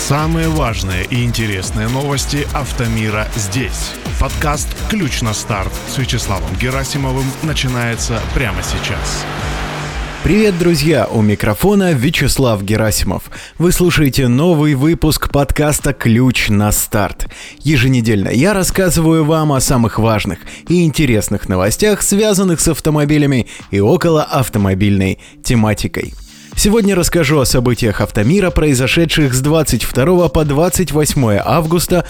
Самые важные и интересные новости автомира здесь. Подкаст «Ключ на старт» с Вячеславом Герасимовым начинается прямо сейчас. Привет, друзья! У микрофона Вячеслав Герасимов. Вы слушаете новый выпуск подкаста «Ключ на старт». Еженедельно я рассказываю вам о самых важных и интересных новостях, связанных с автомобилями и около автомобильной тематикой. Сегодня расскажу о событиях автомира, произошедших с 22 по 28 августа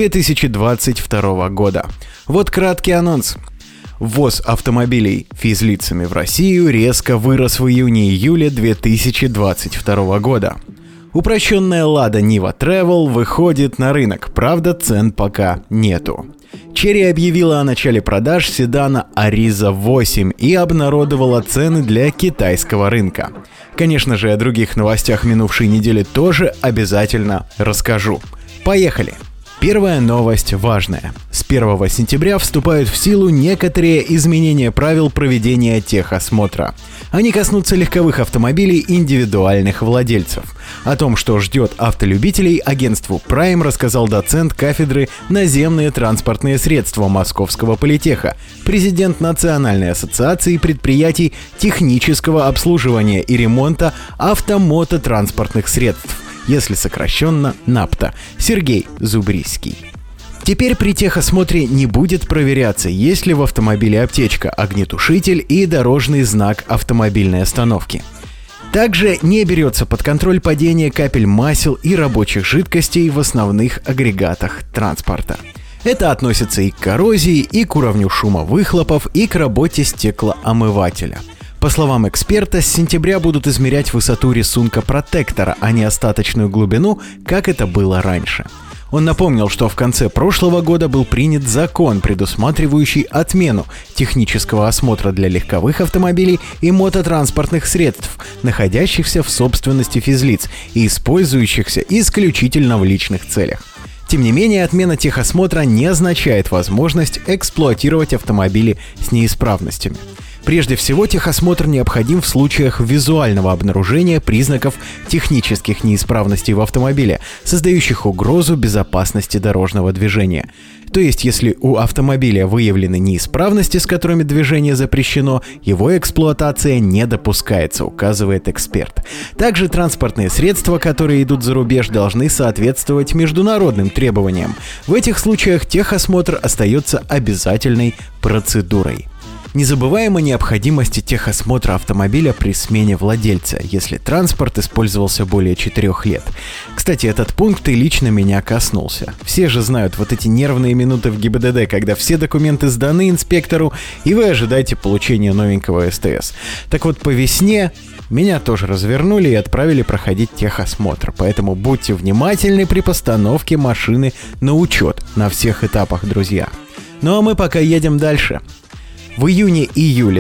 2022 года. Вот краткий анонс. Ввоз автомобилей физлицами в Россию резко вырос в июне-июле 2022 года. Упрощенная Lada Niva Travel выходит на рынок, правда, цен пока нету. Chery объявила о начале продаж седана Ariza 8 и обнародовала цены для китайского рынка. Конечно же, о других новостях минувшей недели тоже обязательно расскажу. Поехали! Первая новость важная. С 1 сентября вступают в силу некоторые изменения правил проведения техосмотра. Они коснутся легковых автомобилей индивидуальных владельцев. О том, что ждет автолюбителей, агентству Prime рассказал доцент кафедры «Наземные транспортные средства» Московского политеха, президент Национальной ассоциации предприятий технического обслуживания и ремонта автомототранспортных средств, если сокращенно НАПТО, Сергей Зубрийский. Теперь при техосмотре не будет проверяться, есть ли в автомобиле аптечка, огнетушитель и дорожный знак автомобильной остановки. Также не берется под контроль падение капель масел и рабочих жидкостей в основных агрегатах транспорта. Это относится и к коррозии, и к уровню шума выхлопов, и к работе стеклоомывателя. По словам эксперта, с сентября будут измерять высоту рисунка протектора, а не остаточную глубину, как это было раньше. Он напомнил, что в конце прошлого года был принят закон, предусматривающий отмену технического осмотра для легковых автомобилей и мототранспортных средств, находящихся в собственности физлиц и использующихся исключительно в личных целях. Тем не менее, отмена техосмотра не означает возможность эксплуатировать автомобили с неисправностями. Прежде всего, техосмотр необходим в случаях визуального обнаружения признаков технических неисправностей в автомобиле, создающих угрозу безопасности дорожного движения. То есть, если у автомобиля выявлены неисправности, с которыми движение запрещено, его эксплуатация не допускается, указывает эксперт. Также транспортные средства, которые идут за рубеж, должны соответствовать международным требованиям. В этих случаях техосмотр остается обязательной процедурой. Не забываем о необходимости техосмотра автомобиля при смене владельца, если транспорт использовался более 4 лет. Кстати, этот пункт и лично меня коснулся. Все же знают вот эти нервные минуты в ГИБДД, когда все документы сданы инспектору, и вы ожидаете получения новенького СТС. Так вот, по весне меня тоже развернули и отправили проходить техосмотр, поэтому будьте внимательны при постановке машины на учет на всех этапах, друзья. Ну а мы пока едем дальше. В июне-июле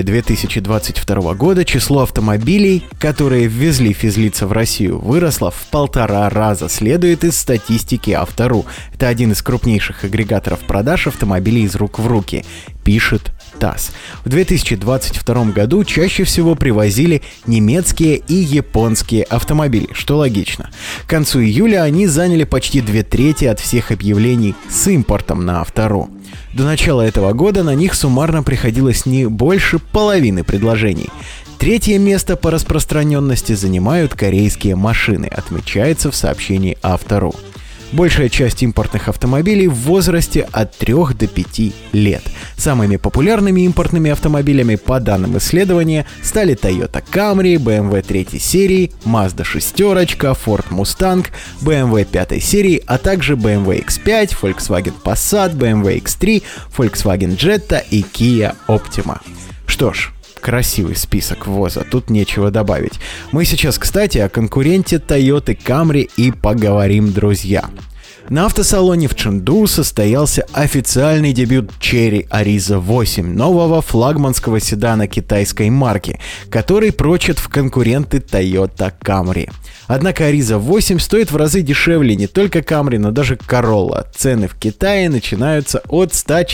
2022 года число автомобилей, которые ввезли физлица в Россию, выросло в 1,5 раза, следует из статистики Авто.ру. Это один из крупнейших агрегаторов продаж автомобилей из рук в руки, пишет ТАСС. В 2022 году чаще всего привозили немецкие и японские автомобили, что логично. К концу июля они заняли почти 2/3 от всех объявлений с импортом на Авто.ру. До начала этого года на них суммарно приходилось не больше половины предложений. Третье место по распространенности занимают корейские машины, отмечается в сообщении Авто.ру. Большая часть импортных автомобилей в возрасте от 3 до 5 лет. Самыми популярными импортными автомобилями по данным исследования стали Toyota Camry, BMW 3 серии, Mazda 6, Ford Mustang, BMW 5 серии, а также BMW X5, Volkswagen Passat, BMW X3, Volkswagen Jetta и Kia Optima. Что ж, красивый список ввоза, тут нечего добавить. Мы сейчас, кстати, о конкуренте Toyota Camry и поговорим, друзья. На автосалоне в Чэнду состоялся официальный дебют Chery Ariza 8, нового флагманского седана китайской марки, который прочат в конкуренты Toyota Camry. Однако Ariza 8 стоит в разы дешевле не только Camry, но даже Corolla. Цены в Китае начинаются от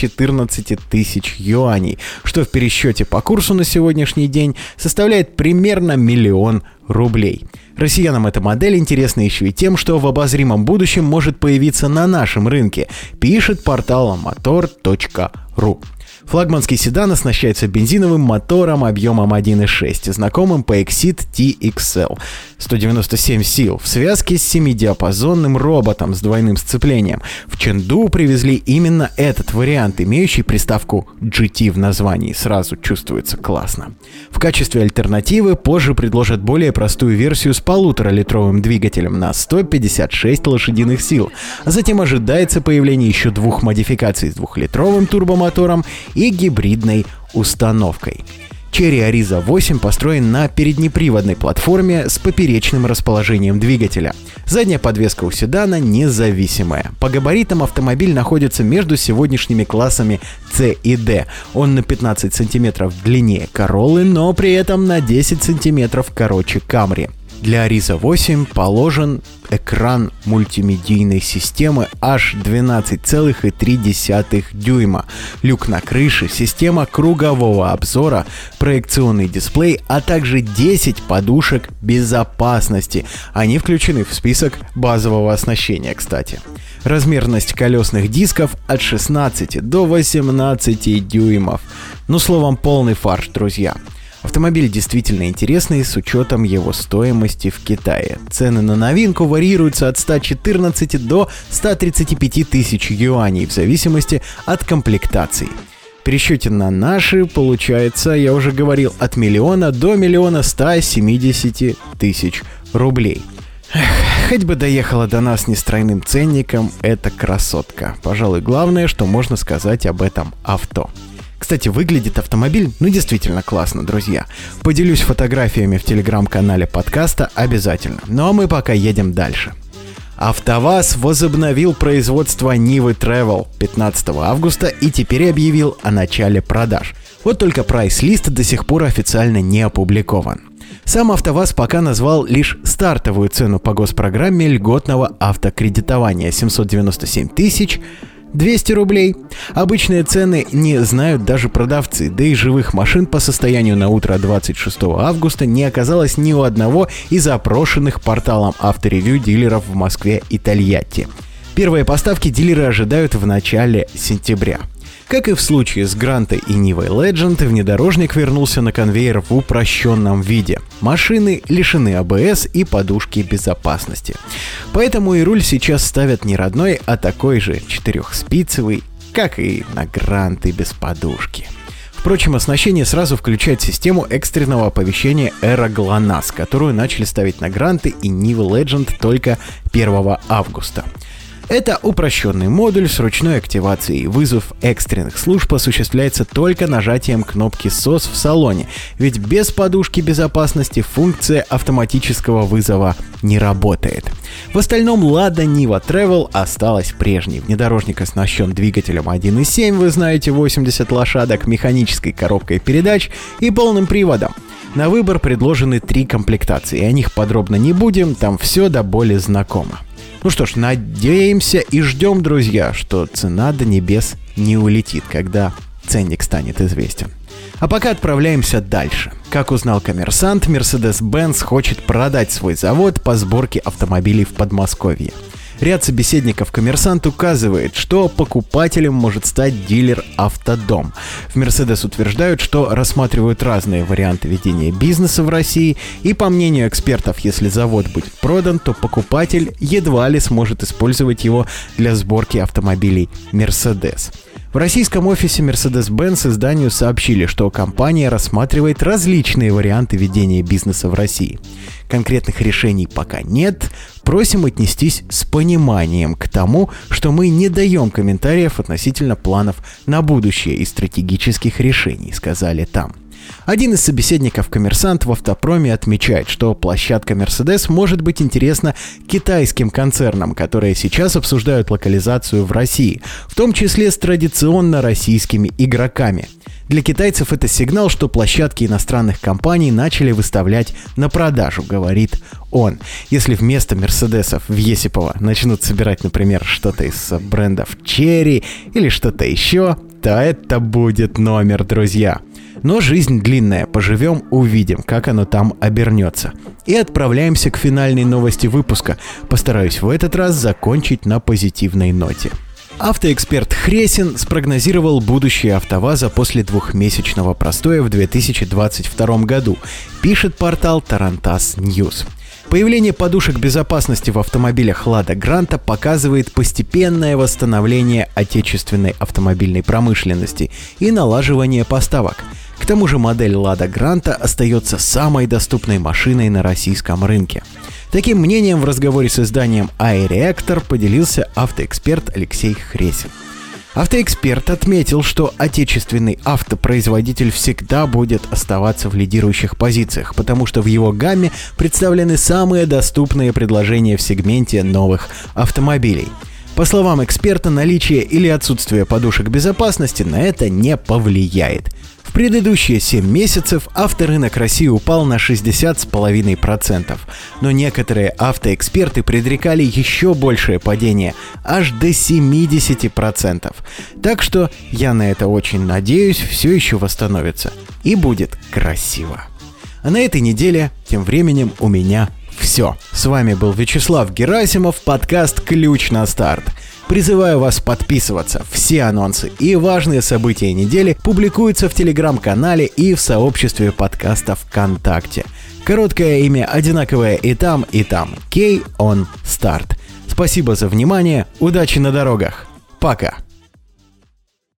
114 тысяч юаней, что в пересчете по курсу на сегодняшний день составляет примерно 1 000 000 рублей. Россиянам эта модель интересна еще и тем, что в обозримом будущем может появиться на нашем рынке, пишет портал motor.ru. Флагманский седан оснащается бензиновым мотором объемом 1.6, знакомым по Exit TXL, 197 сил, в связке с 7-диапазонным роботом с двойным сцеплением. В Чэнду привезли именно этот вариант, имеющий приставку GT в названии, сразу чувствуется классно. В качестве альтернативы позже предложат более простую версию с 1,5-литровым двигателем на 156 лошадиных сил, а затем ожидается появление еще 2 модификаций с 2-литровым турбомотором и гибридной установкой. Chery Ariza 8 построен на переднеприводной платформе с поперечным расположением двигателя. Задняя подвеска у седана независимая. По габаритам автомобиль находится между сегодняшними классами C и D. Он на 15 см длиннее Короллы, но при этом на 10 см короче Camry. Для Ariza 8 положен экран мультимедийной системы аж 12,3 дюйма, люк на крыше, система кругового обзора, проекционный дисплей, а также 10 подушек безопасности. Они включены в список базового оснащения, кстати. Размерность колесных дисков от 16 до 18 дюймов. Ну, словом, полный фарш, друзья. Автомобиль действительно интересный с учетом его стоимости в Китае. Цены на новинку варьируются от 114 до 135 тысяч юаней в зависимости от комплектаций. В пересчете на наши получается, я уже говорил, от 1 миллиона до 1 170 000 рублей. Хоть бы доехала до нас не с тройным ценником эта красотка. Пожалуй, главное, что можно сказать об этом авто. Кстати, выглядит автомобиль, действительно классно, друзья. Поделюсь фотографиями в телеграм-канале подкаста обязательно. Ну а мы пока едем дальше. АвтоВАЗ возобновил производство Nivы Travel 15 августа и теперь объявил о начале продаж. Вот только прайс-лист до сих пор официально не опубликован. Сам АвтоВАЗ пока назвал лишь стартовую цену по госпрограмме льготного автокредитования – 797 200 рублей. Обычные цены не знают даже продавцы, да и живых машин по состоянию на утро 26 августа не оказалось ни у одного из опрошенных порталом авторевью дилеров в Москве и Тольятти. Первые поставки дилеры ожидают в начале сентября. Как и в случае с Грантой и Нивой Legend, внедорожник вернулся на конвейер в упрощенном виде. Машины лишены АБС и подушки безопасности. Поэтому и руль сейчас ставят не родной, а такой же четырехспицевый, как и на Гранты без подушки. Впрочем, оснащение сразу включает систему экстренного оповещения Aero GLONASS, которую начали ставить на Гранты и Нивы Legend только 1 августа. Это упрощенный модуль с ручной активацией. Вызов экстренных служб осуществляется только нажатием кнопки SOS в салоне, ведь без подушки безопасности функция автоматического вызова не работает. В остальном Lada Niva Travel осталась прежней. Внедорожник оснащен двигателем 1.7, вы знаете, 80 лошадок, механической коробкой передач и полным приводом. На выбор предложены 3 комплектации, о них подробно не будем, там все до боли знакомо. Ну что ж, надеемся и ждем, друзья, что цена до небес не улетит, когда ценник станет известен. А пока отправляемся дальше. Как узнал «Коммерсант», Mercedes-Benz хочет продать свой завод по сборке автомобилей в Подмосковье. Ряд собеседников «Коммерсант» указывает, что покупателем может стать дилер «Автодом». В «Мерседес» утверждают, что рассматривают разные варианты ведения бизнеса в России, и, по мнению экспертов, если завод будет продан, то покупатель едва ли сможет использовать его для сборки автомобилей «Мерседес». В российском офисе Mercedes-Benz изданию сообщили, что компания рассматривает различные варианты ведения бизнеса в России. Конкретных решений пока нет. Просим отнестись с пониманием к тому, что мы не даем комментариев относительно планов на будущее и стратегических решений, сказали там. Один из собеседников «Коммерсант» в автопроме отмечает, что площадка Mercedes может быть интересна китайским концернам, которые сейчас обсуждают локализацию в России, в том числе с традиционно российскими игроками. Для китайцев это сигнал, что площадки иностранных компаний начали выставлять на продажу, говорит он. Если вместо Мерседесов в Есипово начнут собирать, например, что-то из брендов Chery или что-то еще, то это будет номер, друзья. Но жизнь длинная, поживем, увидим, как оно там обернется. И отправляемся к финальной новости выпуска. Постараюсь в этот раз закончить на позитивной ноте. Автоэксперт Хресин спрогнозировал будущее АвтоВАЗа после двухмесячного простоя в 2022 году, пишет портал Tarantas News. Появление подушек безопасности в автомобилях Lada Granta показывает постепенное восстановление отечественной автомобильной промышленности и налаживание поставок. К тому же модель Lada Granta остается самой доступной машиной на российском рынке. Таким мнением в разговоре с изданием iReactor поделился автоэксперт Алексей Хресин. Автоэксперт отметил, что отечественный автопроизводитель всегда будет оставаться в лидирующих позициях, потому что в его гамме представлены самые доступные предложения в сегменте новых автомобилей. По словам эксперта, наличие или отсутствие подушек безопасности на это не повлияет. В предыдущие 7 месяцев авторынок России упал на 60,5%, но некоторые автоэксперты предрекали еще большее падение, аж до 70%. Так что я на это очень надеюсь, все еще восстановится. И будет красиво. А на этой неделе, тем временем, у меня все. С вами был Вячеслав Герасимов, подкаст «Ключ на старт». Призываю вас подписываться. Все анонсы и важные события недели публикуются в телеграм-канале и в сообществе подкаста ВКонтакте. Короткое имя одинаковое и там, и там. K on Start. Спасибо за внимание. Удачи на дорогах. Пока.